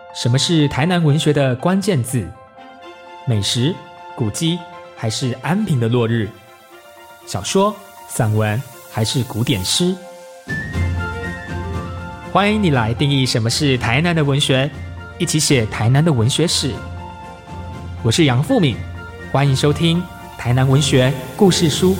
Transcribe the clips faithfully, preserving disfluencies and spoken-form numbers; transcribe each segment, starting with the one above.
什么是台南文学的关键字？美食、古迹，还是安平的落日？小说、散文，还是古典诗？欢迎你来定义什么是台南的文学，一起写台南的文学史。我是杨富闵，欢迎收听台南文学故事书。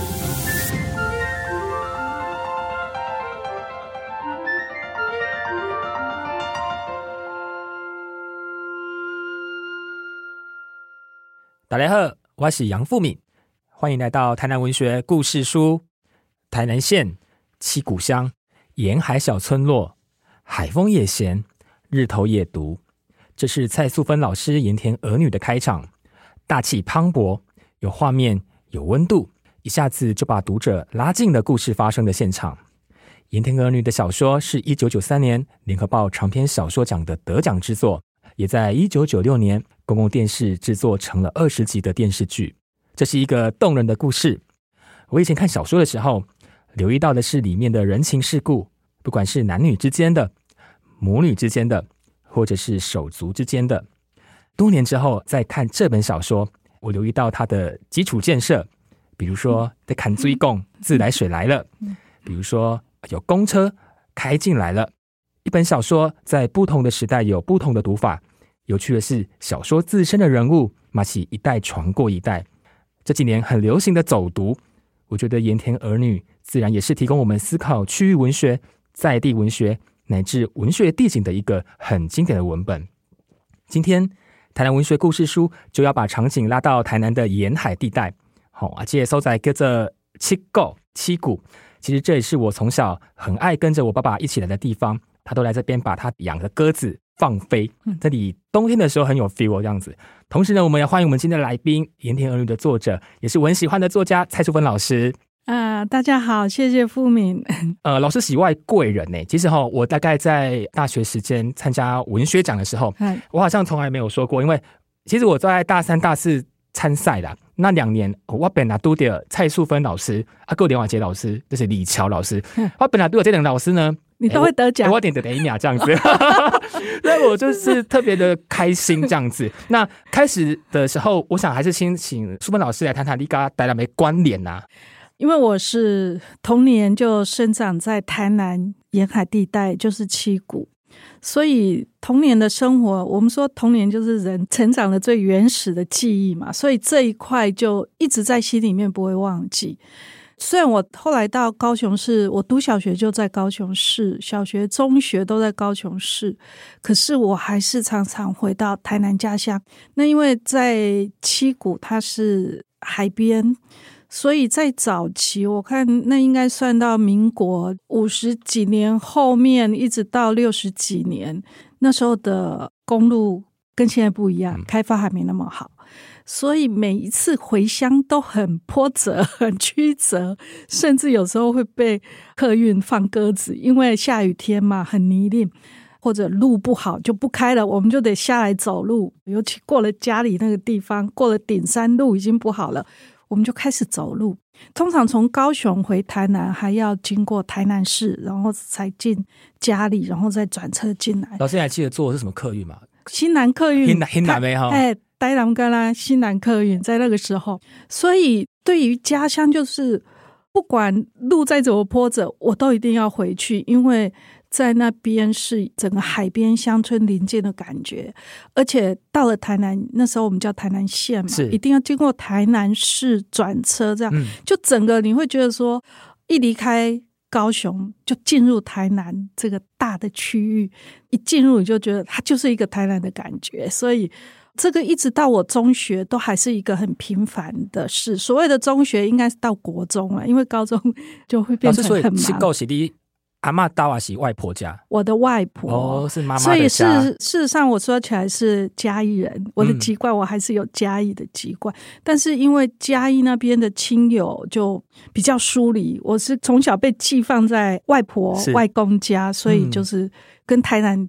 大家好，我是杨富闵，欢迎来到台南文学故事书。台南县七股乡沿海小村落，海风也咸，日头也毒。这是蔡素芬老师盐田儿女的开场，大气磅礴，有画面，有温度，一下子就把读者拉进了故事发生的现场。盐田儿女的小说是一九九三年联合报长篇小说奖的得奖之作，也在一九九六年公共电视制作成了二十集的电视剧。这是一个动人的故事。我以前看小说的时候，留意到的是里面的人情世故，不管是男女之间的、母女之间的，或者是手足之间的。多年之后再看这本小说，我留意到它的基础建设，比如说在看水供，自来水来了，比如说有公车开进来了。一本小说在不同的时代有不同的读法，有趣的是小说自身的人物嘛是一代传过一代。这几年很流行的走读，我觉得盐田儿女自然也是提供我们思考区域文学、在地文学乃至文学地景的一个很经典的文本。今天台南文学故事书就要把场景拉到台南的沿海地带，好、哦，而且收在叫做七股七股。其实这也是我从小很爱跟着我爸爸一起来的地方，他都来这边把他养的鸽子放飞，这里冬天的时候很有 feel 这样子。同时呢，我们要欢迎我们今天的来宾，盐田儿女的作者，也是我很喜欢的作家蔡素芬老师。 啊、呃，大家好，谢谢富闵。 呃，老师喜外贵人呢。其实哈，我大概在大学时间参加文学奖的时候，我好像从来没有说过，因为其实我在大三、大四参赛的那两年，我本来都有蔡素芬老师、啊，还有连婉杰老师，就是李乔老师，我本来都有这两个老师呢。 你都会得奖、欸， 我点得一秒这样子，所以我就是特别的开心这样子。那开始的时候，我想还是先请素芬老师来谈谈你跟台南的关联啊。 因为我是童年就生长在台南沿海地带，就是七股，所以童年的生活，我们说童年就是人成长的最原始的记忆嘛，所以这一块就一直在心里面不会忘记。虽然我后来到高雄市，我读小学就在高雄市，小学中学都在高雄市，可是我还是常常回到台南家乡。那因为在七股它是海边，所以在早期我看那应该算到民国五十几年后面一直到六十几年，那时候的公路跟现在不一样，开发还没那么好，所以每一次回乡都很波折很曲折，甚至有时候会被客运放鸽子，因为下雨天嘛很泥泞，或者路不好就不开了，我们就得下来走路，尤其过了家里那个地方，过了顶山路已经不好了，我们就开始走路。通常从高雄回台南还要经过台南市，然后才进家里，然后再转车进来。 老师还记得坐的是什么客运吗？ 新南客运， 新南没哈？ 哎，台南跟啦新南客运在那个时候，所以对于家乡就是不管路再怎么波折，我都一定要回去，因为在那边是整个海边乡村邻近的感觉。而且到了台南，那时候我们叫台南县嘛，一定要经过台南市转车，这样、嗯、就整个你会觉得说一离开高雄就进入台南这个大的区域，一进入你就觉得它就是一个台南的感觉。所以这个一直到我中学都还是一个很平凡的事，所谓的中学应该是到国中了，因为高中就会变成很忙。 是够是你阿嬷到还是外婆家？ 我的外婆哦，是妈妈的家。 所以事事实上我说起来是嘉义人，我的籍贯我还是有嘉义的籍贯、嗯、但是因为嘉义那边的亲友就比较疏离，我是从小被寄放在外婆外公家，所以就是跟台南比较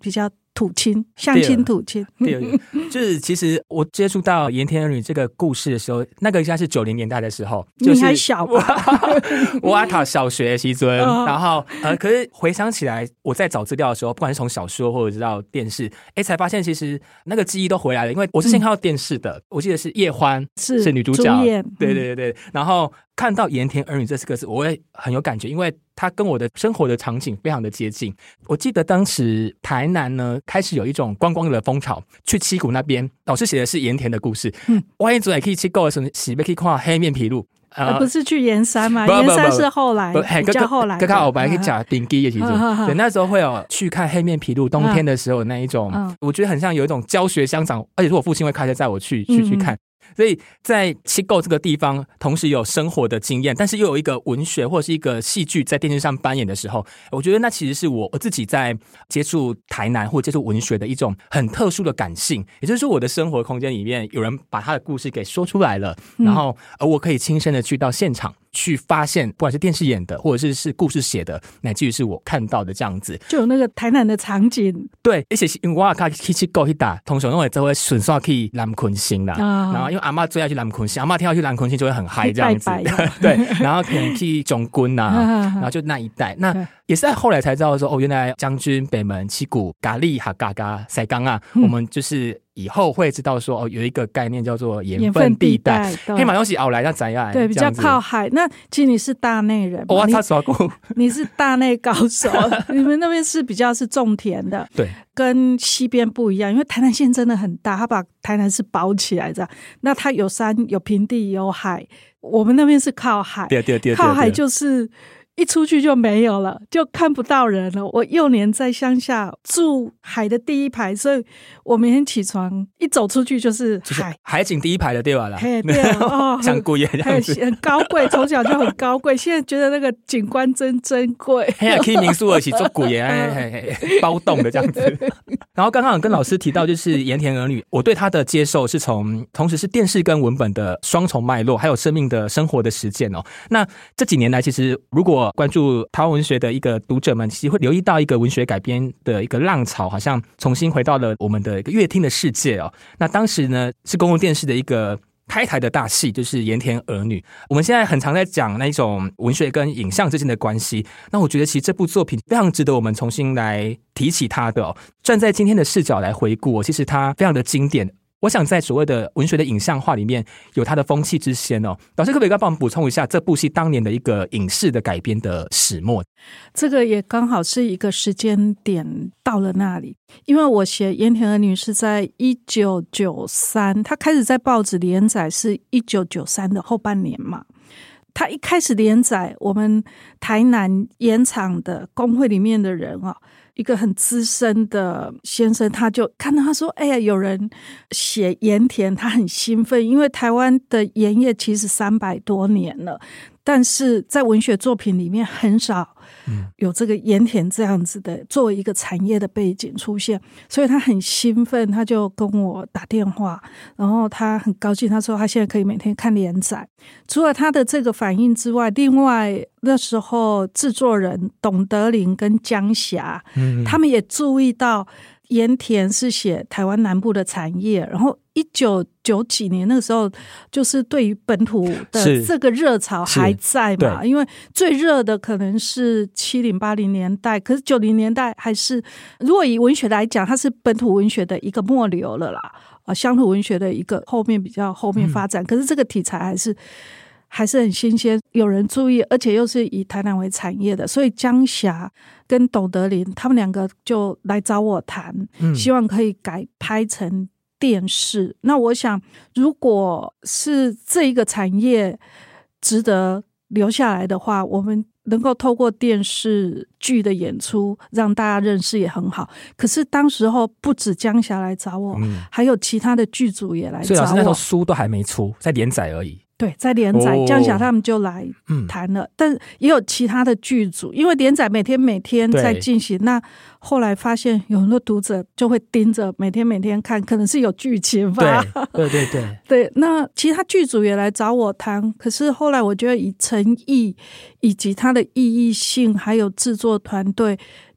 土亲，相亲土亲。 对，就是其实我接触到《盐田儿女》这个故事的时候，那个应该是九零年代的时候，就是、 你还小吧？ 我还考小学的时阵，然后呃，可是回想起来，我在找资料的时候，不管是从小说或者是到电视，哎，才发现其实那个记忆都回来了，因为我是先看到电视的，嗯、我记得是叶欢是是女主角，对对对对，然后看到《盐田儿女》这四个字，我会很有感觉，因为它跟我的生活的场景非常的接近。我记得当时台南呢开始有一种观光的风潮，去七股那边，老师写的是盐田的故事。嗯，我一直也可以去购的时候，是要去看黑面琵鹭。 呃，不是去盐山吗？盐山是后来，比较后来。 刚刚我本来可以讲顶基的其实，对，那时候会有去看黑面琵鹭，冬天的时候那一种，我觉得很像有一种教学相长，而且是我父亲会开车载我去去去看。所以在七购这个地方同时有生活的经验，但是又有一个文学或者是一个戏剧在电视上扮演的时候，我觉得那其实是我我自己在接触台南或者接触文学的一种很特殊的感性，也就是说我的生活空间里面有人把他的故事给说出来了，然后而我可以亲身的去到现场去发现，不管是电视演的或者是是故事写的，乃至于是我看到的这样子， 就有那个台南的场景。 对，而且因为我也去七购去打，通常都会就会顺便去南昆星啦、哦，然后因为阿嬷最爱去南昆星，阿嬷听到去南昆星就会很嗨这样子，拜拜对，然后可能去中棍啊，然后就那一带，那也是在后来才知道说，哦，原来将军、北门、七股、咖喱、哈嘎嘎、塞冈啊、嗯，我们就是以后会知道说，哦，有一个概念叫做盐分地带，黑马东西熬来要怎样？ 对，比较靠海。那其实你是大内人， 哇，他说过， 你是大内高手，你们那边是比较是种田的， 对， 跟西边不一样，因为台南县真的很大，它把台南市包起来这样。那它有山、有平地、有海，我们那边是靠海， 对对对， 靠海就是一出去就没有了，就看不到人了。我幼年在乡下住海的第一排，所以我每天起床一走出去就是海，就是海景第一排的对吧啦？ 嘿，对哦， 像古也这样子， 很高贵，从小就很高贵。现在觉得那个景观真珍贵。 嘿呀，可以民宿而起做古也包栋的这样子。然后刚刚跟老师提到，就是《盐田儿女》，我对他的接受是从同时是电视跟文本的双重脉络，还有生命的生活的实践哦。那这几年来，其实如果关注台湾文学的一个读者们，其实会留意到一个文学改编的一个浪潮，好像重新回到了我们的一个乐听的世界哦。那当时呢，是公共电视的一个开台的大戏，就是《盐田儿女》。我们现在很常在讲那种文学跟影像之间的关系，那我觉得其实这部作品非常值得我们重新来提起它的哦。站在今天的视角来回顾哦，其实它非常的经典。我想在所谓的文学的影像化里面有它的风气之先哦。老师可不可以帮我们补充一下这部戏当年的一个影视的改编的始末？ 这个也刚好是一个时间点到了那里，因为我写《盐田儿女》是在一九九三，他开始在报纸连载是一九九三的后半年嘛。他一开始连载，我们台南盐场的工会里面的人啊，一个很资深的先生，他就看到他说：“哎呀，有人写盐田，他很兴奋，因为台湾的盐业其实三百多年了，但是在文学作品里面很少有这个盐田这样子的作为一个产业的背景出现，所以他很兴奋，他就跟我打电话，然后他很高兴，他说他现在可以每天看连载。除了他的这个反应之外，另外那时候制作人董德霖跟江霞，嗯，他们也注意到盐田是写台湾南部的产业，然后一九九几年那个时候，就是对于本土的这个热潮还在嘛，因为最热的可能是七零八零年代，可是九零年代还是，如果以文学来讲，它是本土文学的一个末流了啦，啊，乡土文学的一个后面比较后面发展，嗯，可是这个题材还是还是很新鲜，有人注意，而且又是以台南为产业的，所以江霞跟董德霖他们两个就来找我谈，嗯，希望可以改拍成电视。那我想，如果是这一个产业值得留下来的话，我们能够透过电视剧的演出让大家认识也很好。可是当时候不止江霞来找我，嗯，还有其他的剧组也来找我。 所以老师那时候书都还没出，在连载而已。 对，在连载，哦，江霞他们就来谈了，嗯，但也有其他的剧组，因为连载每天每天在进行，那后来发现有很多读者就会盯着每天每天看，可能是有剧情吧。 对对对对对，那其他剧组也来找我谈，可是后来我觉得以诚意以及它的意义性，还有制作团队，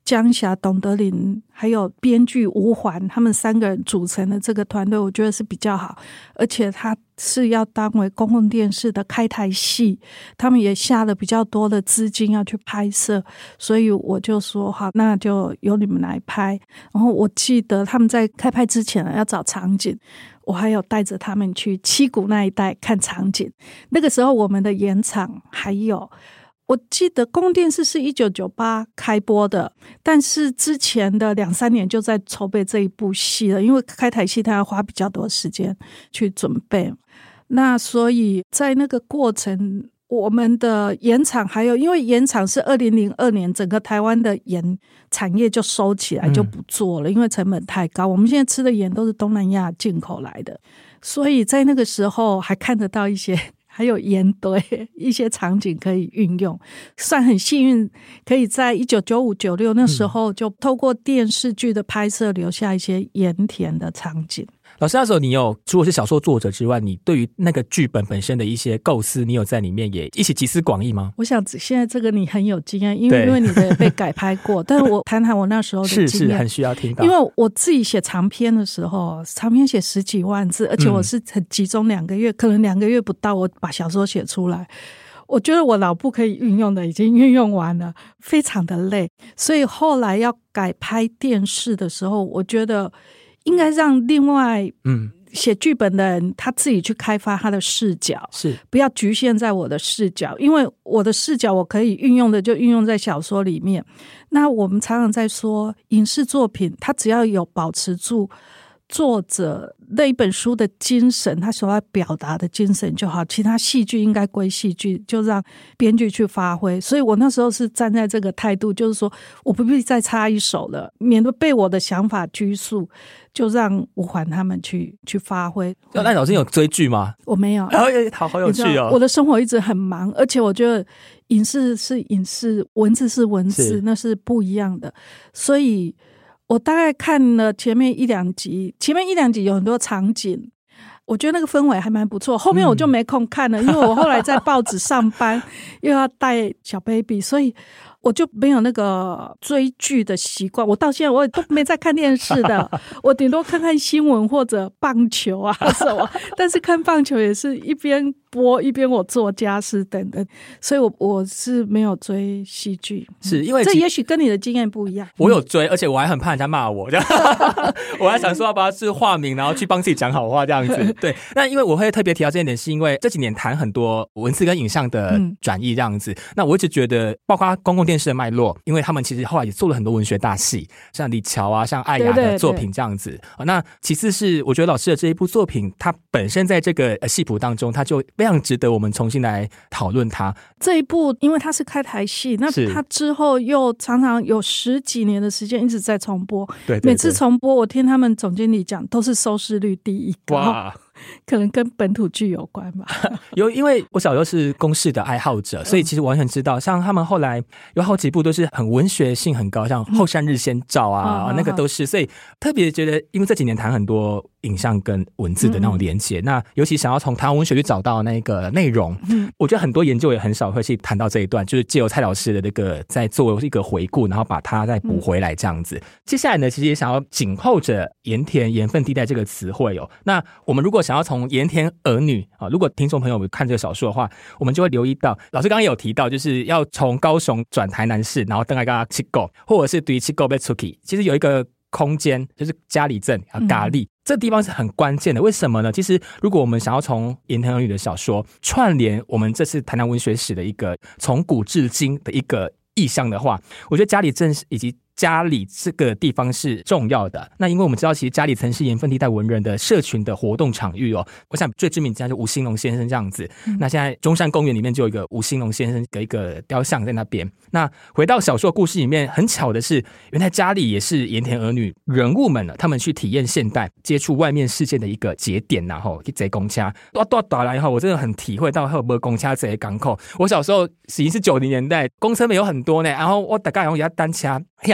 江霞、董德霖还有编剧吴环他们三个人组成的这个团队，我觉得是比较好，而且他是要当为公共电视的开台戏，他们也下了比较多的资金要去拍摄，所以我就说好，那就由你们来拍。然后我记得他们在开拍之前要找场景，我还有带着他们去七股那一带看场景。那个时候我们的演场还有，我记得公共电视是一九九八开播的，但是之前的两三年就在筹备这一部戏了，因为开台戏它要花比较多时间去准备。那所以在那个过程，我们的演场还有，因为演场是二零零二年整个台湾的盐产业就收起来就不做了，嗯、因为成本太高。我们现在吃的盐都是东南亚进口来的，所以在那个时候还看得到一些。还有盐堆一些场景可以运用，算很幸运，可以在一九九五九六那时候就透过电视剧的拍摄留下一些盐田的场景。 老师，那时候你有除了是小说作者之外，你对于那个剧本本身的一些构思，你有在里面也一起集思广益吗？ 我想现在这个你很有经验，因为因为你的也被改拍过，但是我谈谈我那时候的经验， 是是很需要听到。 因为我自己写长篇的时候，长篇写十几万字，而且我是很集中两个月，嗯、可能两个月不到，我把小说写出来。我觉得我脑部可以运用的已经运用完了，非常的累，所以后来要改拍电视的时候，我觉得应该让另外嗯写剧本的人他自己去开发他的视角， 是不要局限在我的视角，因为我的视角我可以运用的就运用在小说里面。那我们常常在说影视作品，它只要有保持住作者那一本书的精神，他所要表达的精神就好，其他戏剧应该归戏剧，就让编剧去发挥。所以我那时候是站在这个态度，就是说我不必再插一手了，免得被我的想法拘束，就让吴环他们去去发挥。 那老师有追剧吗？ 我没有。 好好有趣哦！ 我的生活一直很忙，而且我觉得影视是影视，文字是文字，那是不一样的。所以我大概看了前面一两集，前面一两集有很多场景，我觉得那个氛围还蛮不错。后面我就没空看了，嗯、因为我后来在报纸上班，又要带小 baby， 所以我就没有那个追剧的习惯。我到现在我也都没在看电视的，我顶多看看新闻或者棒球啊什么。但是看棒球也是一边播一边我做家事等等，所以我我是没有追戏剧。 是因为这也许跟你的经验不一样。 我有追，而且我还很怕人家骂我，我还想说要不要是化名，然后去帮自己讲好话这样子。对，那因为我会特别提到这一点，是因为这几年谈很多文字跟影像的转译这样子。嗯、那我一直觉得，包括公共电视的脉络，因为他们其实后来也做了很多文学大戏，像李乔啊，像艾雅的作品这样子。对对对，那其次是我觉得老师的这一部作品，它本身在这个戏谱当中，它就非常值得我们重新来讨论它。 这一部因为它是开台戏，那它之后又常常有十几年的时间一直在重播。 对对对， 每次重播，我听他们总经理讲，都是收视率第一。 哇！ 可能跟本土剧有关吧。 有，因为我小时候是公视的爱好者，所以其实我完全知道，像他们后来有好几部都是很文学性很高，像后山日先照啊、嗯、那个都是，所以特别觉得因为这几年谈很多影像跟文字的那种连结、嗯、那尤其想要从台湾文学去找到那个内容、嗯、我觉得很多研究也很少会去谈到这一段，就是借由蔡老师的那个在做一个回顾，然后把它再补回来这样子、嗯、接下来呢其实也想要紧扣着盐田盐分地带这个词汇哦。那我们如果想要从盐田儿女啊，如果听众朋友看这个小说的话，我们就会留意到老师刚刚有提到就是要从高雄转台南市，然后登来跟他七狗，或者是对七狗被出去，其实有一个空间就是嘉里镇啊咖喱、嗯、这地方是很关键的。为什么呢？其实如果我们想要从盐田儿女的小说串联我们这次台南文学史的一个从古至今的一个意象的话，我觉得嘉里镇以及嘉里这个地方是重要的。那因为我们知道其实嘉里曾是盐分地带文人的社群的活动场域哦。我想最知名的就吴兴隆先生这样子、嗯、那现在中山公园里面就有一个吴兴隆先生的一个雕像在那边。那回到小说故事里面，很巧的是原来嘉里也是盐田儿女人物们他们去体验现代接触外面世界的一个节点，然后去坐公车多多打来以后，我真的很体会到还有没有公车坐港口。我小时候已经是九零年代，公车没有很多呢，然后我大概用一下单车也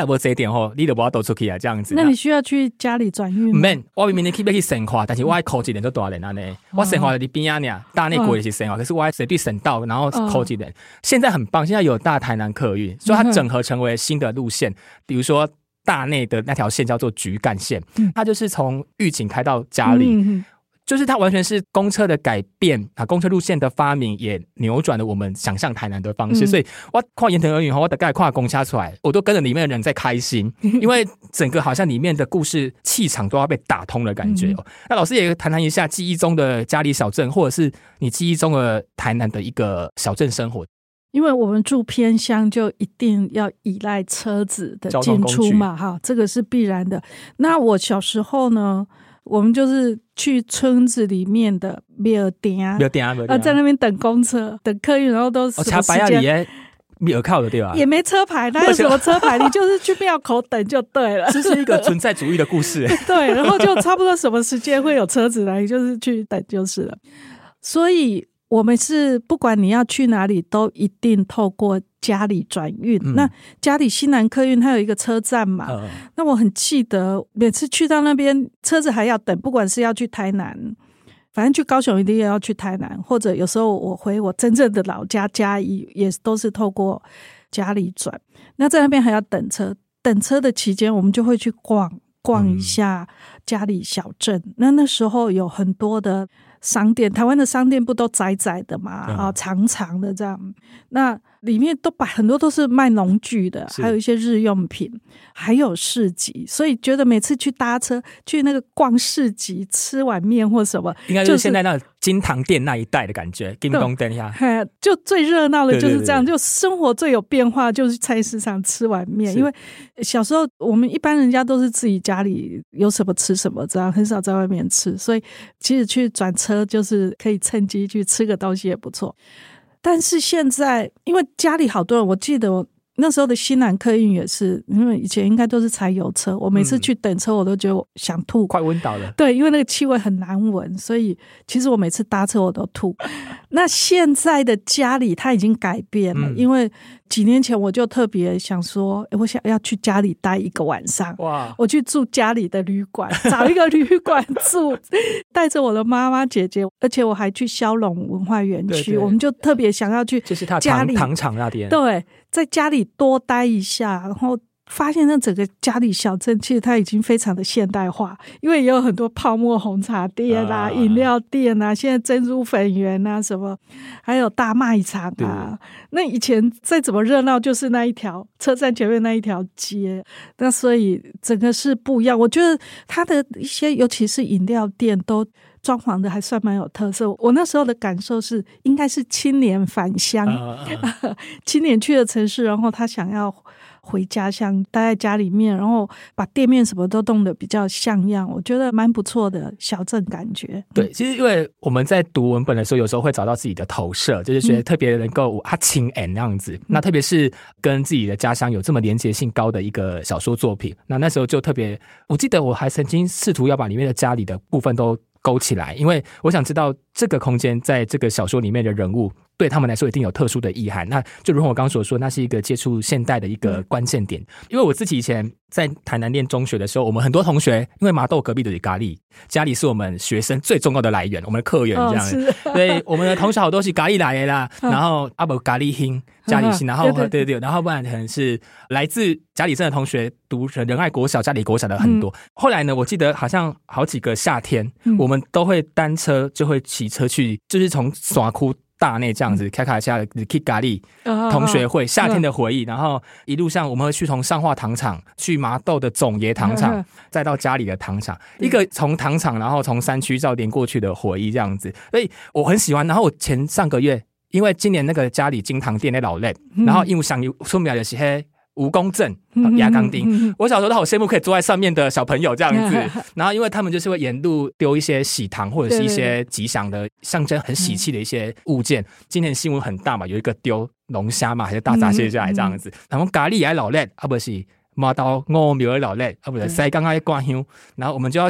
无这一点吼，你就不要走出去啊，这样子。 那你需要去家里转运吗？ 唔免，我明明去要去神化，但是我爱考一点就大人安尼。我神化在你边啊呢，大内国也是神化，可是我爱随对神道，然后考一点。现在很棒，现在有大台南客运，所以它整合成为新的路线，比如说大内的那条线叫做橘干线，它就是从玉井开到嘉里。嗯嗯，就是它完全是公车的改变啊，公车路线的发明也扭转了我们想象台南的方式。嗯、所以我看盐田而语我大概看公车出来，我都跟着里面的人在开心，因为整个好像里面的故事气场都要被打通的感觉、哦嗯、那老师也谈谈一下记忆中的嘉里小镇，或者是你记忆中的台南的一个小镇生活。 因为我们住偏乡，就一定要依赖车子的进出嘛，哈，这个是必然的。那我小时候呢，我们就是去村子里面的庙店啊，啊，在那边等公车、等客运，然后都什么时间？ 庙口的对吧？ 也没车牌，哪有什么车牌？你就是去庙口等就对了。 这是一个存在主义的故事。 对，然后就差不多什么时间会有车子来，就是去等就是了。所以我们是不管你要去哪里，都一定透过嘉里转运、嗯、那嘉里西南客运它有一个车站嘛、嗯、那我很记得每次去到那边车子还要等，不管是要去台南，反正去高雄一定要去台南，或者有时候我回我真正的老家嘉义也都是透过嘉里转。那在那边还要等车，等车的期间我们就会去逛逛一下嘉里小镇、嗯、那那时候有很多的商店，台湾的商店不都窄窄的嘛、嗯、啊，长长的这样，那里面都摆很多都是卖农具的，还有一些日用品，还有市集，所以觉得每次去搭车去那个逛市集吃碗面或什么， 应该就是现在那金堂店那一带的感觉，金东店呀， 就最热闹的就是这样，就生活最有变化就是菜市场吃碗面，因为小时候我们一般人家都是自己家里有什么吃什么，这样很少在外面吃，所以其实去转车就是可以趁机去吃个东西也不错。但是现在因为家里好多人，我记得我那时候的西南客运也是，因为以前应该都是柴油车，我每次去等车我都觉得想吐、嗯、 快昏倒了。 对，因为那个气味很难闻，所以其实我每次搭车我都吐。那现在的嘉里它已经改变了、嗯、因为几年前我就特别想说我想要去嘉里待一个晚上，哇！我去住嘉里的旅馆，找一个旅馆住，带着我的妈妈姐姐，而且我还去骁龙文化园区，对对，我们就特别想要去就是他嘉里糖厂那边， 对，在嘉里多待一下，然后发现那整个嘉里小镇其实它已经非常的现代化，因为也有很多泡沫红茶店啊、啊饮料店啊，现在珍珠粉圆啊什么，还有大卖场啊。那以前再怎么热闹，就是那一条车站前面那一条街，那所以整个是不一样。我觉得它的一些尤其是饮料店都装潢的还算蛮有特色。我那时候的感受是应该是青年返乡、啊啊、青年去了城市，然后他想要回家乡待在家里面，然后把店面什么都弄得比较像样，我觉得蛮不错的小镇感觉。 对，其实因为我们在读文本的时候有时候会找到自己的投射，就是觉得特别能够啊亲恩那样子、嗯、那特别是跟自己的家乡有这么连结性高的一个小说作品，那那时候就特别，我记得我还曾经试图要把里面的家里的部分都勾起来，因为我想知道这个空间在这个小说里面的人物对他们来说一定有特殊的意涵，那就如同我刚刚所说，那是一个接触现代的一个关键点、嗯、因为我自己以前在台南念中学的时候，我们很多同学因为麻豆隔壁的咖喱，家里是我们学生最重要的来源，我们的客源这样、哦、所以我们的同学好多是咖喱来的啦、嗯、然后阿伯咖喱兴家里兴，然后对对对，然后不然可能是来自嘉里镇的同学读仁爱国小、嘉里国小的很多、嗯、后来呢我记得好像好几个夏天、嗯、我们都会单车就会骑车去，就是从耍窟大内这样子开卡下去咖喱同学会夏天的回忆，然后一路上我们会去从上化糖厂去麻豆的总爷糖厂，再到嘉里的糖厂，一个从糖厂然后从山区照连过去的回忆这样子，所以我很喜欢。然后我前上个月因为今年那个嘉里金堂店的老累，然后因为想出名的是黑蜈蚣阵压钢钉，我小时候都好羡慕可以坐在上面的小朋友这样子，然后因为他们就是会沿路丢一些喜糖或者是一些吉祥的象征很喜气的一些物件，今年新闻很大嘛，有一个丢龙虾嘛还是大闸蟹下来这样子，然后咖喱也老累啊不是麻豆五庙的老累啊不是西港爱挂香，然后我们就要去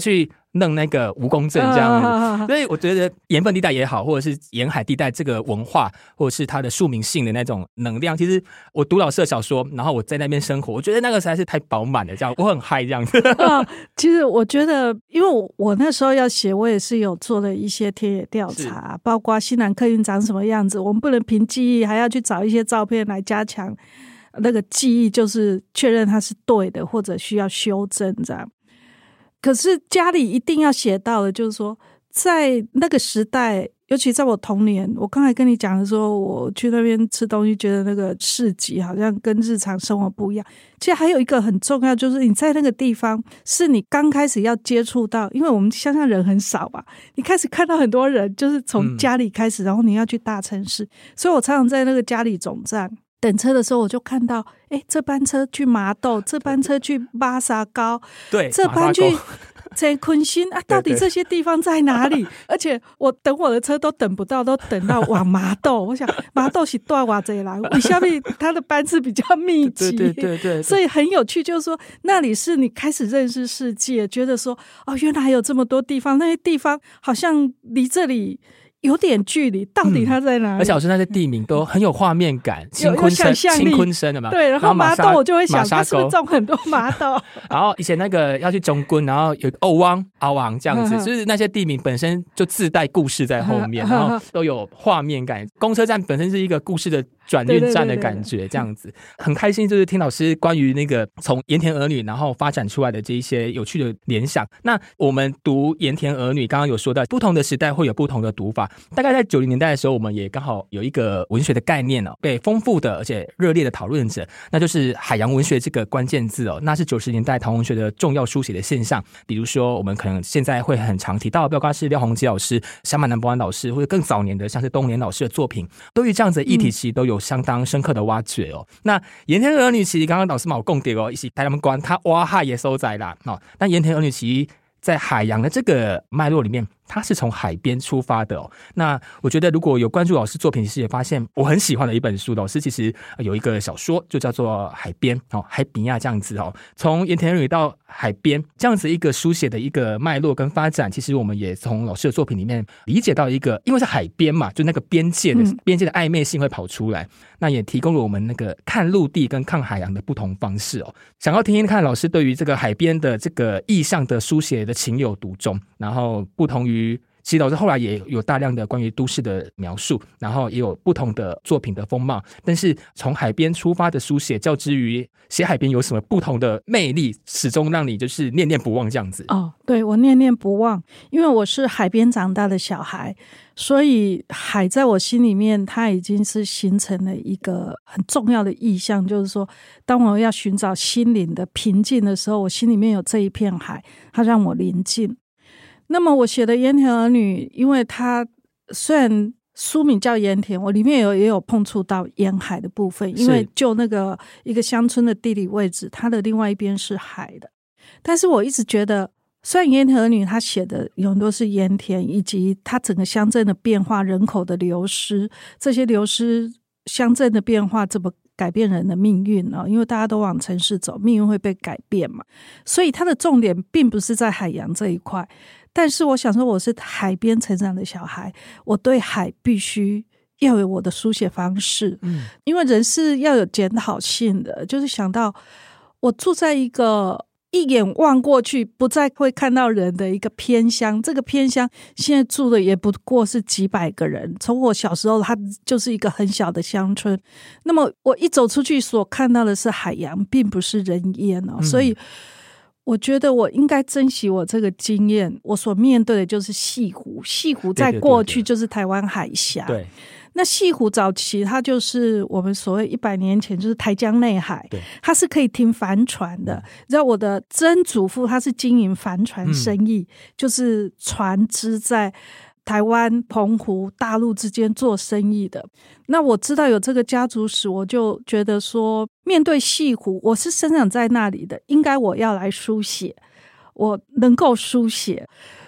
弄那个蜈蚣阵这样子、 啊、 所以我觉得盐分地带也好，或者是沿海地带这个文化，或者是它的庶民性的那种能量，其实我读老师的小说，然后我在那边生活，我觉得那个实在是太饱满了，这样我很嗨这样子、 啊、其实我觉得因为 我, 我那时候要写，我也是有做了一些田野调查，包括西南客运长什么样子，我们不能凭记忆，还要去找一些照片来加强那个记忆，就是确认它是对的或者需要修正这样。可是家里一定要写到的就是说，在那个时代，尤其在我童年，我刚才跟你讲的说我去那边吃东西，觉得那个市集好像跟日常生活不一样。其实还有一个很重要，就是你在那个地方是你刚开始要接触到，因为我们乡下人很少吧，你开始看到很多人就是从家里开始、嗯、然后你要去大城市，所以我常常在那个家里总站等车的时候，我就看到哎，这班车去麻豆，这班车去巴沙高， 对， 这班去在昆新啊，到底这些地方在哪里？而且我等我的车都等不到，都等到往麻豆。我想麻豆是多少这来，为什么它的班次比较密集？ 对对对 对, 对, 对， 所以很有趣，就是说那里是你开始认识世界，觉得说哦，原来还有这么多地方，那些地方好像离这里有点距离，到底它在哪里、嗯、 而且老师那些地名都很有画面感，青昆生青昆生的嘛， 对，然后麻豆我就会想它是不是种很多麻豆然后以前那个要去中棍，然后有欧汪阿王这样子就是那些地名本身就自带故事在后面然后都有画面感，公车站本身是一个故事的转运站的感觉，这样子很开心，就是听老师关于那个从盐田儿女然后发展出来的这一些有趣的联想。那我们读盐田儿女刚刚有说到不同的时代会有不同的读法，大概在九零年代的时候，我们也刚好有一个文学的概念哦，被丰富的而且热烈的讨论者，那就是海洋文学这个关键字哦，那是九十年代台湾文学的重要书写的现象。比如说我们可能现在会很常提到，包括是廖鸿基老师、香满南博安老师，或者更早年的像是东莲老师的作品，对于这样子的议题其实都有相当深刻的挖掘哦。嗯、那盐田儿女其实刚刚老师嘛有讲到哦，是台湾关它挖海的所在啦哦，但盐田儿女其实在海洋的这个脉络里面，它是从海边出发的哦。那我觉得如果有关注老师作品，其实也发现我很喜欢的一本书，老师其实有一个小说就叫做海边哦，海比亚这样子哦，从盐田儿女到海边这样子一个书写的一个脉络跟发展，其实我们也从老师的作品里面理解到一个，因为是海边嘛，就那个边界的、嗯、边界的暧昧性会跑出来，那也提供了我们那个看陆地跟看海洋的不同方式哦。想要听听看老师对于这个海边的这个意象的书写的情有独钟，然后不同于其实老师后来也有大量的关于都市的描述，然后也有不同的作品的风貌，但是从海边出发的书写，较之于写海边有什么不同的魅力，始终让你就是念念不忘这样子。 哦，对，我念念不忘，因为我是海边长大的小孩，所以海在我心里面它已经是形成了一个很重要的意象，就是说当我要寻找心灵的平静的时候，我心里面有这一片海，它让我临近。那么我写的盐田儿女，因为它虽然书名叫盐田，我里面有也有碰触到沿海的部分，因为就那个一个乡村的地理位置，它的另外一边是海的。但是我一直觉得，虽然盐田儿女他写的有很多是盐田，以及它整个乡镇的变化、人口的流失，这些流失乡镇的变化怎么改变人的命运呢？因为大家都往城市走，命运会被改变嘛。所以它的重点并不是在海洋这一块。但是我想说，我是海边成长的小孩，我对海必须要有我的书写方式。嗯，因为人是要有检讨性的，就是想到我住在一个一眼望过去不再会看到人的一个偏乡，这个偏乡现在住的也不过是几百个人，从我小时候它就是一个很小的乡村，那么我一走出去所看到的是海洋，并不是人烟哦、嗯、所以我觉得我应该珍惜我这个经验，我所面对的就是西湖，西湖在过去就是台湾海峡。对，那西湖早期它就是我们所谓一百年前就是台江内海，它是可以停帆船的。你知道我的曾祖父他是经营帆船生意、嗯、就是船只在台湾、澎湖、大陆之间做生意的。那我知道有这个家族史，我就觉得说面对西湖，我是生长在那里的，应该我要来书写，我能够书写。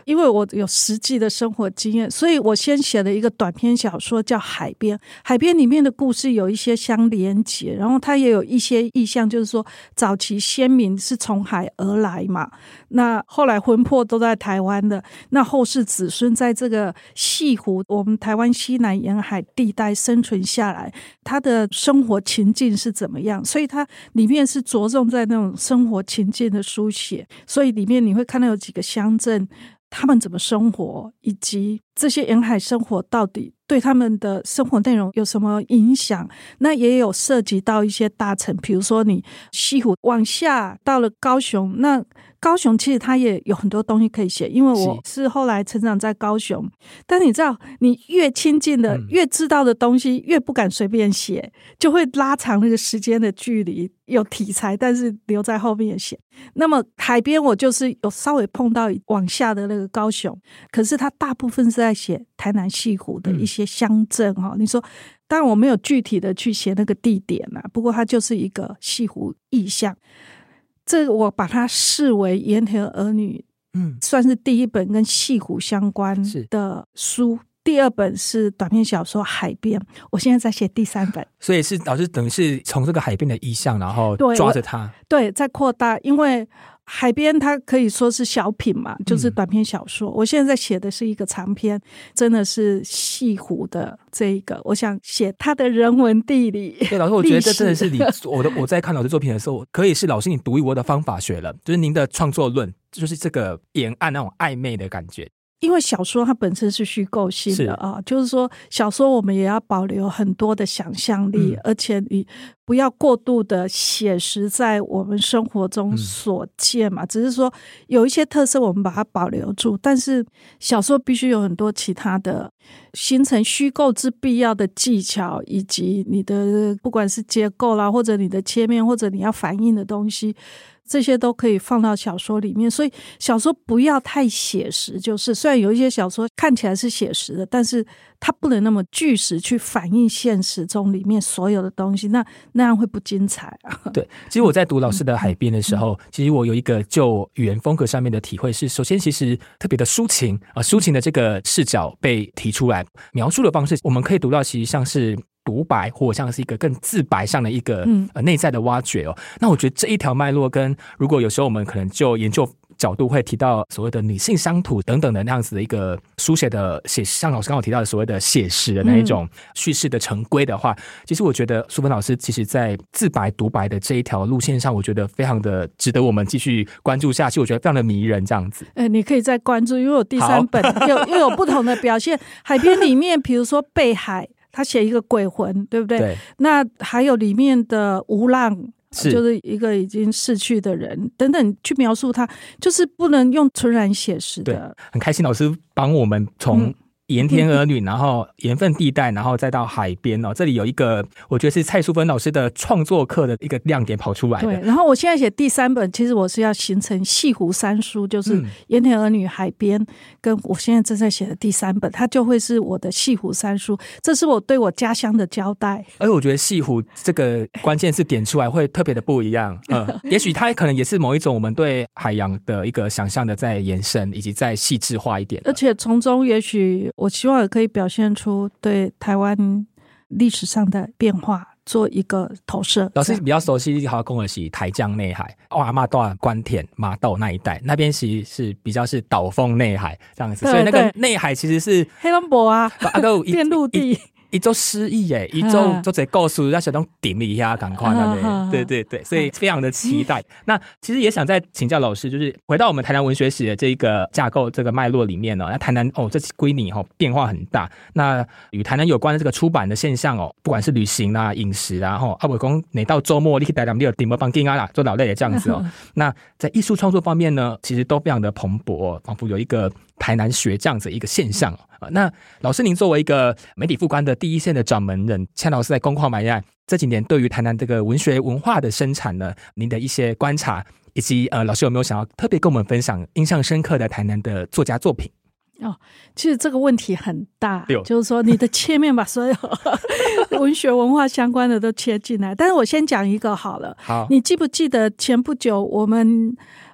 因为我有实际的生活经验，所以我先写了一个短篇小说叫《海边》。海边里面的故事有一些相连结，然后它也有一些意象，就是说早期先民是从海而来嘛，那后来魂魄都在台湾的，那后世子孙在这个西湖，我们台湾西南沿海地带生存下来，他的生活情境是怎么样，所以它里面是着重在那种生活情境的书写，所以里面你会看到有几个乡镇他们怎么生活，以及这些沿海生活到底对他们的生活内容有什么影响。那也有涉及到一些大城，比如说你西湖往下到了高雄，那高雄其实它也有很多东西可以写，因为我是后来成长在高雄，但你知道你越亲近的、嗯、越知道的东西越不敢随便写，就会拉长那个时间的距离，有题材但是留在后面写。那么海边我就是有稍微碰到往下的那个高雄，可是它大部分是在写台南西湖的一些乡镇、嗯、你说当然我没有具体的去写那个地点啦，不过它就是一个西湖意象，这我把它视为盐田儿女嗯，算是第一本跟西湖相关的书，第二本是短篇小说《海边》，我现在在写第三本。 所以是老师等于是从这个海边的意象然后抓着它， 对, 对在扩大，因为海边它可以说是小品嘛，就是短篇小说、嗯、我现在在写的是一个长篇，真的是西湖的这一个，我想写它的人文地理。 对，老师我觉得这真的是你我, 的我在看老师作品的时候可以是老师你独一无二的方法学了，就是您的创作论就是这个沿岸那种暧昧的感觉。 因为小说它本身是虚构性的啊，就是说小说我们也要保留很多的想象力、嗯、而且你不要过度的写实在我们生活中所见嘛、嗯、只是说有一些特色我们把它保留住，但是小说必须有很多其他的形成虚构之必要的技巧，以及你的不管是结构啦，或者你的切面，或者你要反映的东西，这些都可以放到小说里面。所以小说不要太写实，就是虽然有一些小说看起来是写实的，但是它不能那么据实去反映现实中里面所有的东西，那那样会不精彩啊。 对，其实我在读老师的海边的时候、嗯、其实我有一个就语言风格上面的体会是，首先其实特别的抒情啊，抒情的这个视角被提出来，描述的方式我们可以读到其实像是独白，或像是一个更自白上的一个、嗯呃、内在的挖掘哦。那我觉得这一条脉络跟如果有时候我们可能就研究角度会提到所谓的女性乡土等等的那样子的一个书写的写，像老师刚刚提到的所谓的写实的那一种叙事的成规的话、嗯、其实我觉得淑芬老师其实在自白独白的这一条路线上，我觉得非常的值得我们继续关注下去，我觉得非常的迷人这样子。 呃，你可以再关注，因为我第三本又又有不同的表现。海边里面比如说背海他写一个鬼魂，对不对？对。那还有里面的无浪，是就是一个已经逝去的人等等，去描述他，就是不能用纯然写实的。 对，很开心老师帮我们从盐田儿女、嗯、然后盐分地带，然后再到海边哦。这里有一个我觉得是蔡淑芬老师的创作课的一个亮点跑出来的。 对，然后我现在写第三本，其实我是要形成西湖三书，就是盐田儿女、海边跟我现在正在写的第三本，它就会是我的西湖三书，这是我对我家乡的交代。 而我觉得西湖这个关键字点出来会特别的不一样、嗯、也许它可能也是某一种我们对海洋的一个想象的在延伸，以及再细致化一点， 而且从中也许我希望也可以表现出对台湾历史上的变化做一个投射。 老师比较熟悉好讲的是台江内海，阿嬷住关田麻豆那一带，那边其实是比较是岛风内海这样子，所以那个内海其实是黑龙博啊，变陆地一周诗意耶，一周做这故事，那小东顶了一下，赶快那对对对，所以非常的期待。那其实也想再请教老师，就是回到我们台南文学史的这个架构、这个脉络里面哦，那台南哦这归你哦变化很大。那与台南有关的这个出版的现象哦，不管是旅行啊、饮食啊，吼，啊，我讲每到周末你去台南你有顶么帮紧啊啦，做老累的这样子哦。那在艺术创作方面呢，其实都非常的蓬勃、哦，仿佛有一个台南学这样子一个现象、哦。那老师您作为一个媒体副官的第一线的掌门人，蔡老师在公况买案这几年对于台南这个文学文化的生产呢，您的一些观察，以及呃，老师有没有想要特别跟我们分享印象深刻的台南的作家作品？ 哦，其实这个问题很大，就是说你的切面把所有文学文化相关的都切进来。但是我先讲一个好了。好，你记不记得前不久我们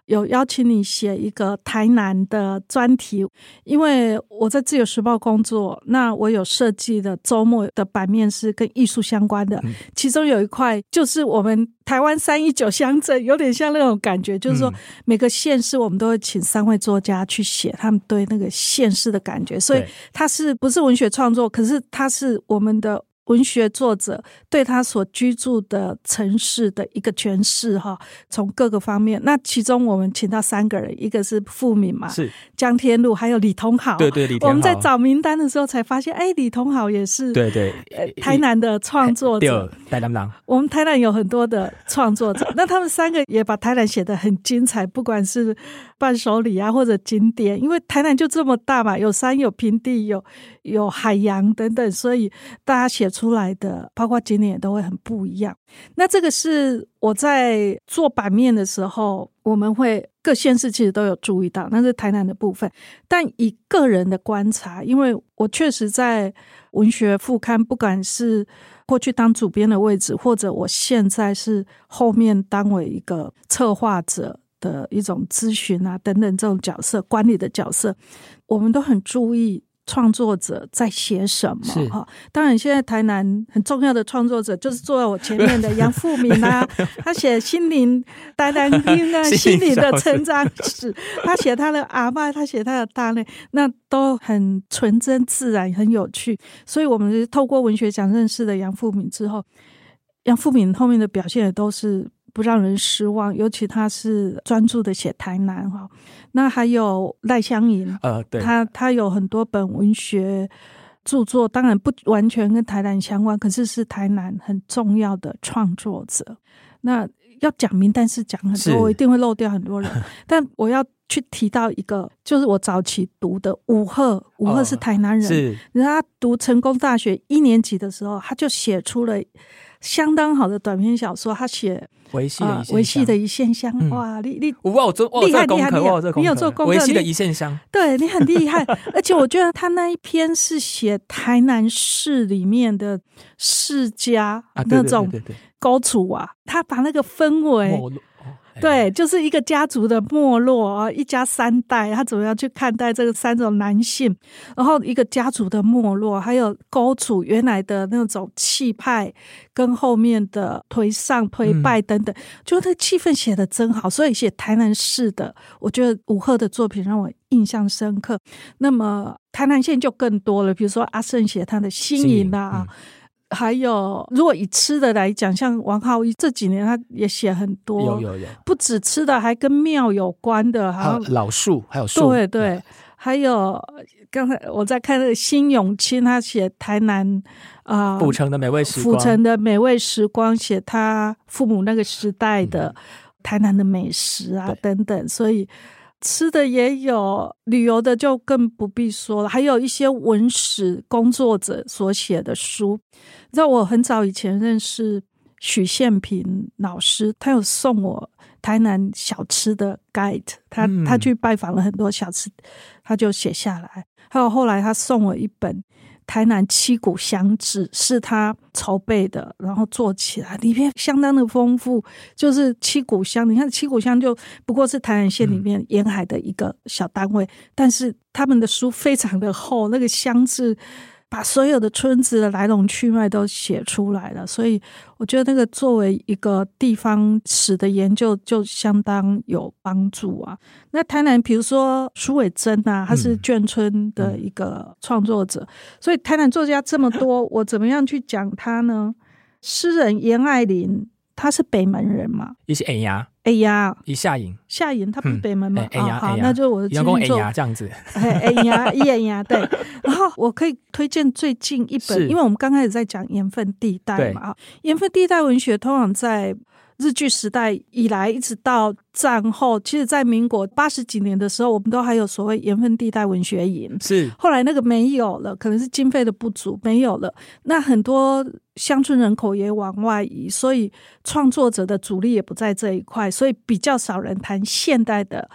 有邀请你写一个台南的专题，因为我在自由时报工作，那我有设计的周末的版面是跟艺术相关的、嗯、其中有一块就是我们台湾三一九乡镇，有点像那种感觉，就是说每个县市我们都会请三位作家去写他们对那个县市的感觉，所以它是不是文学创作，可是它是我们的文学作者对他所居住的城市的一个诠释哈，从各个方面。那其中我们请到三个人，一个是傅敏嘛， 是江天禄，还有李同好。 对对，李同好。 我们在找名单的时候才发现，哎，李同好也是对对、 呃、台南的创作者。 台南人， 我们台南有很多的创作者，那他们三个也把台南写得很精彩，不管是伴手礼啊或者景点，因为台南就这么大嘛，有山有平地有有海洋等等，所以大家写出来的包括景点也都会很不一样。那这个是我在做版面的时候，我们会各县市其实都有注意到，那是台南的部分。但以个人的观察，因为我确实在文学副刊，不管是过去当主编的位置，或者我现在是后面当为一个策划者的一种咨询啊等等这种角色，管理的角色，我们都很注意创作者在写什么。当然现在台南很重要的创作者就是坐在我前面的杨富民啊，他写心灵台南的心灵的成长史，他写他的阿嬷，他写他的大内，那都很纯真自然很有趣。所以我们透过文学奖认识的杨富民之后，杨富民后面的表现也都是不让人失望，尤其他是专注的写台南哈。那还有赖香吟，呃，对，他他有很多本文学著作，当然不完全跟台南相关，可是是台南很重要的创作者。那要讲名单是讲很多，我一定会漏掉很多人，但我要去提到一个，就是我早期读的武赫，武赫是台南人，哦、是他读成功大学一年级的时候，他就写出了相当好的短篇小说，他写维系的一线乡、呃、 维系的一线乡、嗯、哇你你我有做厉害厉害厉害， 你有做功课， 维系的一线乡， 对，你很厉害而且我觉得他那一篇是写台南市里面的世家、啊、那种高处啊，他把那个氛围对，就是一个家族的没落，一家三代，他怎么样去看待这个三种男性，然后一个家族的没落，还有高楚原来的那种气派跟后面的颓丧颓败等等、嗯、就那气氛写得真好，所以写台南市的我觉得武赫的作品让我印象深刻。那么台南县就更多了，比如说阿胜写他的新营啊，还有如果以吃的来讲，像王浩一这几年他也写很多， 有有有，不止吃的，还跟庙有关的，还有老树，还有树， 对对，还有刚才我在看那个辛永清，他写台南啊， 府、呃、城的美味时光， 府城的美味时光，写他父母那个时代的台南的美食啊、嗯、等等，所以吃的也有，旅游的就更不必说了，还有一些文史工作者所写的书。你知道我很早以前认识许宪平老师，他有送我台南小吃的 guide， 他、嗯、他去拜访了很多小吃，他就写下来。还有后来他送我一本台南七股乡志，是他筹备的，然后做起来，里面相当的丰富。就是七股乡，你看七股乡就不过是台南县里面沿海的一个小单位、嗯、但是他们的书非常的厚，那个乡志把所有的村子的来龙去脉都写出来了，所以我觉得那个作为一个地方史的研究就相当有帮助啊。那台南比如说苏伟珍啊，他是眷村的一个创作者、嗯、所以台南作家这么多，我怎么样去讲他呢？诗人严爱玲，他是北门人嘛， 也是哎呀哎呀， 一下营下营，他不是北门吗？ 哎呀， 好，那就我员工哎呀这样子， 哎呀哎呀，对。然后我可以推荐最近一本，因为我们刚开始在讲盐分地带嘛，盐分地带文学通常在日据时代以来一直到战后，其实在民国八十几年的时候，我们都还有所谓盐分地带文学营，是后来那个没有了，可能是经费的不足没有了，那很多乡村人口也往外移，所以创作者的主力也不在这一块，所以比较少人谈现代的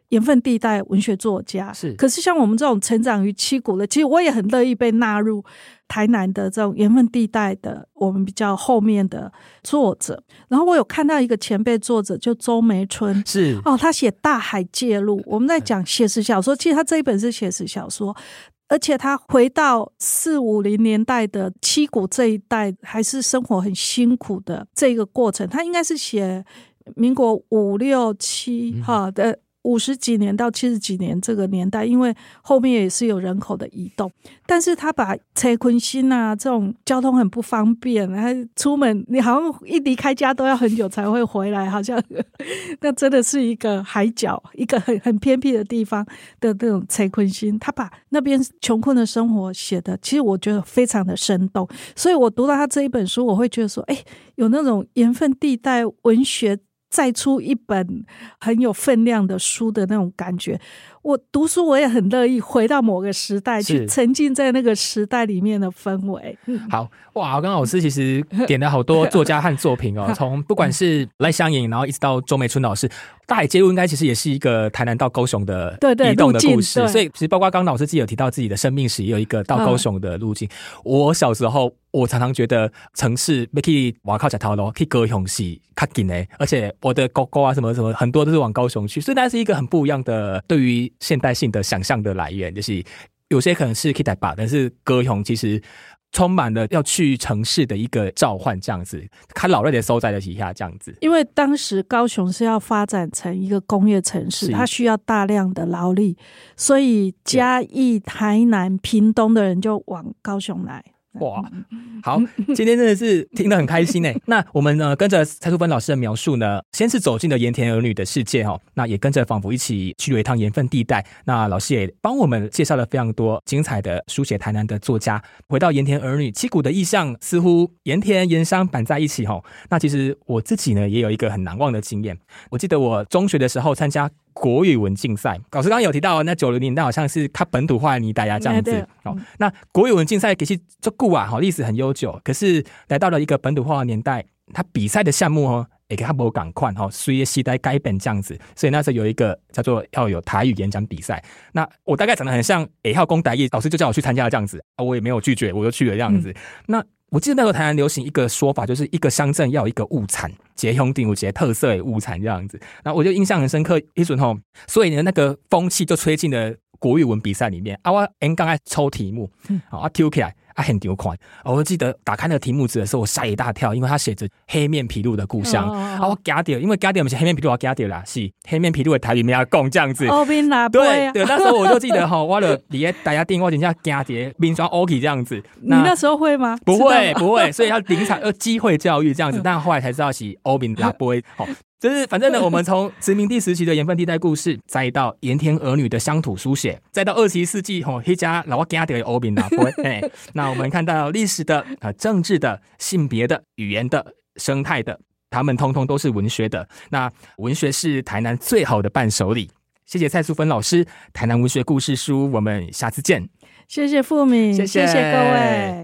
盐分地带文学作家， 是。 可是像我们这种成长于七股的，其实我也很乐意被纳入台南的这种盐分地带的我们比较后面的作者。然后我有看到一个前辈作者就周梅春， 是哦，他写大海介入，我们在讲写实小说，其实他这一本是写实小说，而且他回到四五零年代的七股这一代，还是生活很辛苦的这个过程。他应该是写民国五六七哈的五十几年到七十几年这个年代，因为后面也是有人口的移动，但是他把车昆新啊这种交通很不方便，他出门你好像一离开家都要很久才会回来，好像那真的是一个海角，一个很很偏僻的地方的那种车昆新，他把那边穷困的生活写的，其实我觉得非常的生动。所以我读到他这一本书，我会觉得说，哎，有那种盐分地带文学再出一本很有分量的书的那种感觉。我读书我也很乐意回到某个时代去沉浸在那个时代里面的氛围。 好哇，刚刚老师其实点了好多作家和作品哦，从不管是赖香吟，然后一直到周梅春老师，大海介入应该其实也是一个台南到高雄的移动的故事。所以其实包括刚刚老师自己有提到自己的生命史，也有一个到高雄的路径。嗯、我小时候我常常觉得城市要去外口吃头路，去高雄是较近的，而且我的哥哥啊什么什么很多都是往高雄去，所以那是一个很不一样的对于现代性的想象的来源，就是有些可能是去台北，但是高雄其实充满了要去城市的一个召唤，这样子看老瑞的收在的底下这样子。 因为当时高雄是要发展成一个工业城市，它需要大量的劳力，所以嘉义、台南、屏东的人就往高雄来。 哇，好，今天真的是听得很开心耶。那我们呢，跟着蔡淑芬老师的描述呢，先是走进了盐田儿女的世界齁，那也跟着仿佛一起去了一趟盐分地带。那老师也帮我们介绍了非常多精彩的书写台南的作家。回到盐田儿女，七股的意象似乎盐田盐商绑在一起齁。那其实我自己呢，也有一个很难忘的经验。我记得我中学的时候参加国语文竞赛，老师刚刚有提到那九零年代好像是他本土化的年代啊，这样子、哦、那国语文竞赛其实就古啊，历史很悠久，可是来到了一个本土化的年代，他比赛的项目哦，也跟他没赶快哈，随着时代改变这样子，所以那时候有一个叫做要有台语演讲比赛。那我大概长得很像也要讲台语，老师就叫我去参加这样子啊，我也没有拒绝，我就去了这样子。嗯、那我记得那时候台南流行一个说法，就是一个乡镇要有一个物产，结兄弟有结特色的物产这样子。然后我就印象很深刻，一准吼，所以呢那个风气就吹进了国语文比赛里面啊。我刚刚抽题目，啊抽起来啊很丢款。我记得打开那个题目纸的时候，我吓一大跳，因为它写着黑面琵鹭的故乡、哦、啊。我夹掉，因为夹掉不是黑面琵鹭，我夹掉啦，是黑面琵鹭的台语没有讲这样子。 哦，边哪对对，那时候我就记得哈，我的底下大家订我人家夹掉冰霜 OK 这样子。 你那时候会吗？ 不会不会，所以要临场呃机会教育这样子，但后来才知道是欧宾拉波好。就是反正呢，我们从殖民地时期的盐分地带故事，再到盐田儿女的乡土书写，再到二十一世纪吼一家老我家的欧宾拉波哎，那我们看到历史的、呃、政治的、性别的、语言的、生态的，他们通通都是文学的。那文学是台南最好的伴手礼。谢谢蔡淑芬老师，台南文学故事书，我们下次见。 谢谢富敏， 谢谢谢谢各位。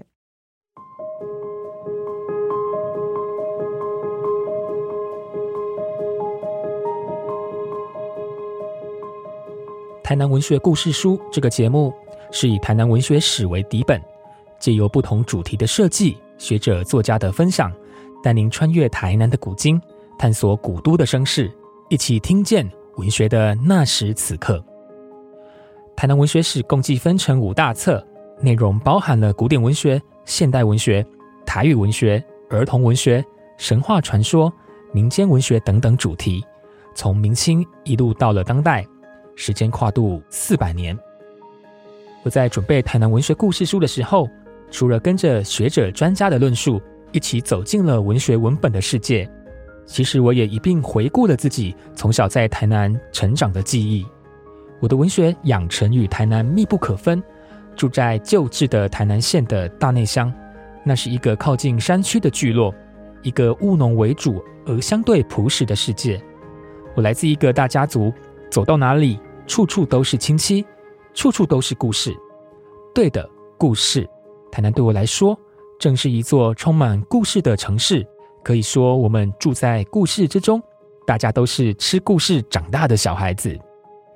台南文学故事书这个节目是以台南文学史为底本，借由不同主题的设计、学者作家的分享，带您穿越台南的古今，探索古都的声势，一起听见文学的那时此刻。台南文学史共计分成五大册，内容包含了古典文学、现代文学、台语文学、儿童文学、神话传说、民间文学等等主题，从明清一路到了当代，时间跨度四百年。我在准备台南文学故事书的时候，除了跟着学者专家的论述一起走进了文学文本的世界，其实我也一并回顾了自己从小在台南成长的记忆。我的文学养成与台南密不可分，住在旧制的台南县的大内乡，那是一个靠近山区的聚落，一个务农为主而相对朴实的世界。我来自一个大家族，走到哪里处处都是亲戚，处处都是故事。对的，故事。台南对我来说正是一座充满故事的城市，可以说我们住在故事之中，大家都是吃故事长大的小孩子。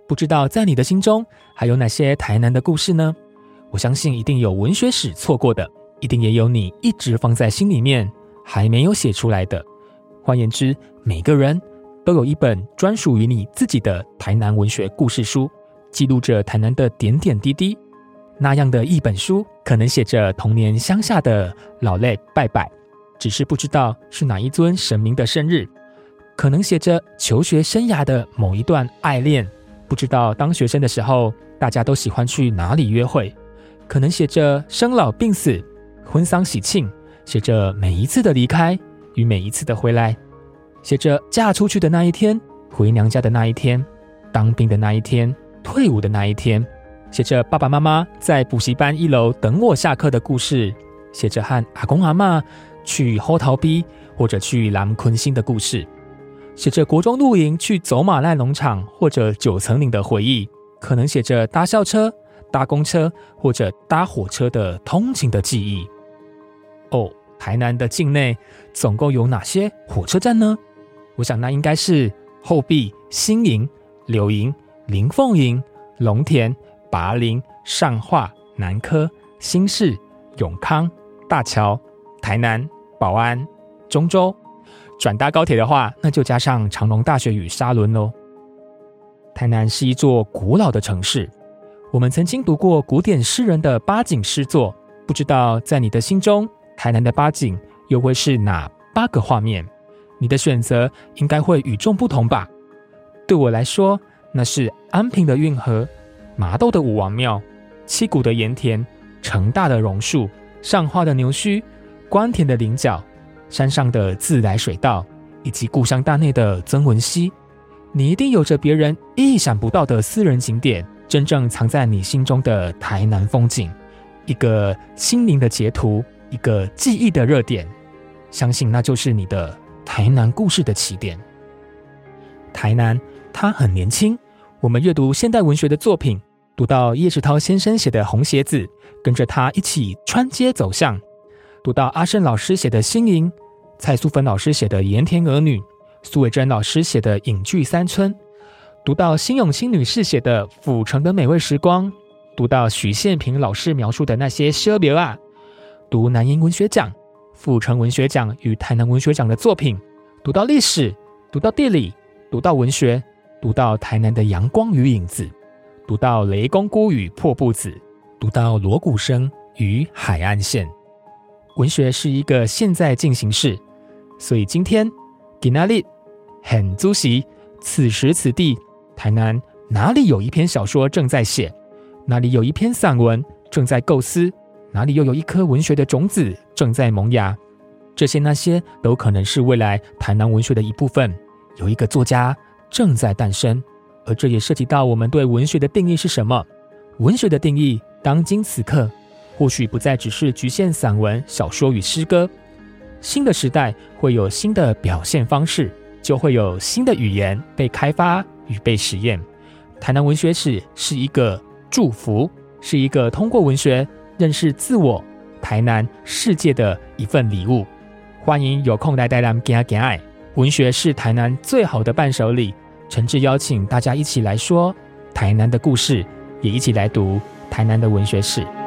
不知道在你的心中还有哪些台南的故事呢？我相信一定有文学史错过的，一定也有你一直放在心里面还没有写出来的。换言之，每个人都有一本专属于你自己的台南文学故事书，记录着台南的点点滴滴。那样的一本书，可能写着童年乡下的老类拜拜，只是不知道是哪一尊神明的生日；可能写着求学生涯的某一段爱恋，不知道当学生的时候大家都喜欢去哪里约会；可能写着生老病死、婚丧喜庆，写着每一次的离开与每一次的回来，写着嫁出去的那一天、回娘家的那一天、当兵的那一天、退伍的那一天，写着爸爸妈妈在补习班一楼等我下课的故事，写着和阿公阿嬷去后桃逼或者去南昆新的故事，写着国中露营去走马濑农场或者九层岭的回忆，可能写着搭校车、搭公车或者搭火车的通勤的记忆。哦，台南的境内总共有哪些火车站呢？我想那应该是后壁、新营、柳营、林凤营、龙田、拔陵、上化、南科、新市、永康、大桥、台南、保安、中州。转搭高铁的话，那就加上长荣大学与沙仑咯。台南是一座古老的城市，我们曾经读过古典诗人的八景诗作，不知道在你的心中，台南的八景又会是哪八个画面？你的选择应该会与众不同吧？对我来说，那是安平的运河、麻豆的武王庙、七股的盐田、成大的榕树、上化的牛墟、关田的菱角、山上的自来水道，以及故乡大内的曾文溪。你一定有着别人意想不到的私人景点，真正藏在你心中的台南风景，一个心灵的截图，一个记忆的热点，相信那就是你的台南故事的起点。台南它很年轻，我们阅读现代文学的作品，读到叶世涛先生写的《红鞋子》，跟着他一起穿街走巷；读到阿胜老师写的《新营》，蔡素芬老师写的《盐田儿女》，苏伟珍老师写的《隐居三村》，读到辛永清女士写的《府城的美味时光》，读到许宪平老师描述的那些奢流啊，读南英文学奖、府城文学奖与台南文学奖的作品，读到历史，读到地理，读到文学，读到台南的阳光与影子，读到雷公姑与破布子，读到锣鼓声与海岸线。文学是一个现在进行式，所以今天今仔日很主席，此时此地，台南哪里有一篇小说正在写，哪里有一篇散文正在构思，哪里又有一颗文学的种子正在萌芽，这些那些都可能是未来台南文学的一部分。有一个作家正在诞生，而这也涉及到我们对文学的定义是什么。文学的定义，当今此刻或许不再只是局限散文、小说与诗歌。新的时代会有新的表现方式，就会有新的语言被开发与被实验。台南文学史是一个祝福，是一个通过文学认识自我、台南世界的一份礼物。欢迎有空来台南走走，文学是台南最好的伴手礼。诚挚邀请大家一起来说台南的故事，也一起来读台南的文学史。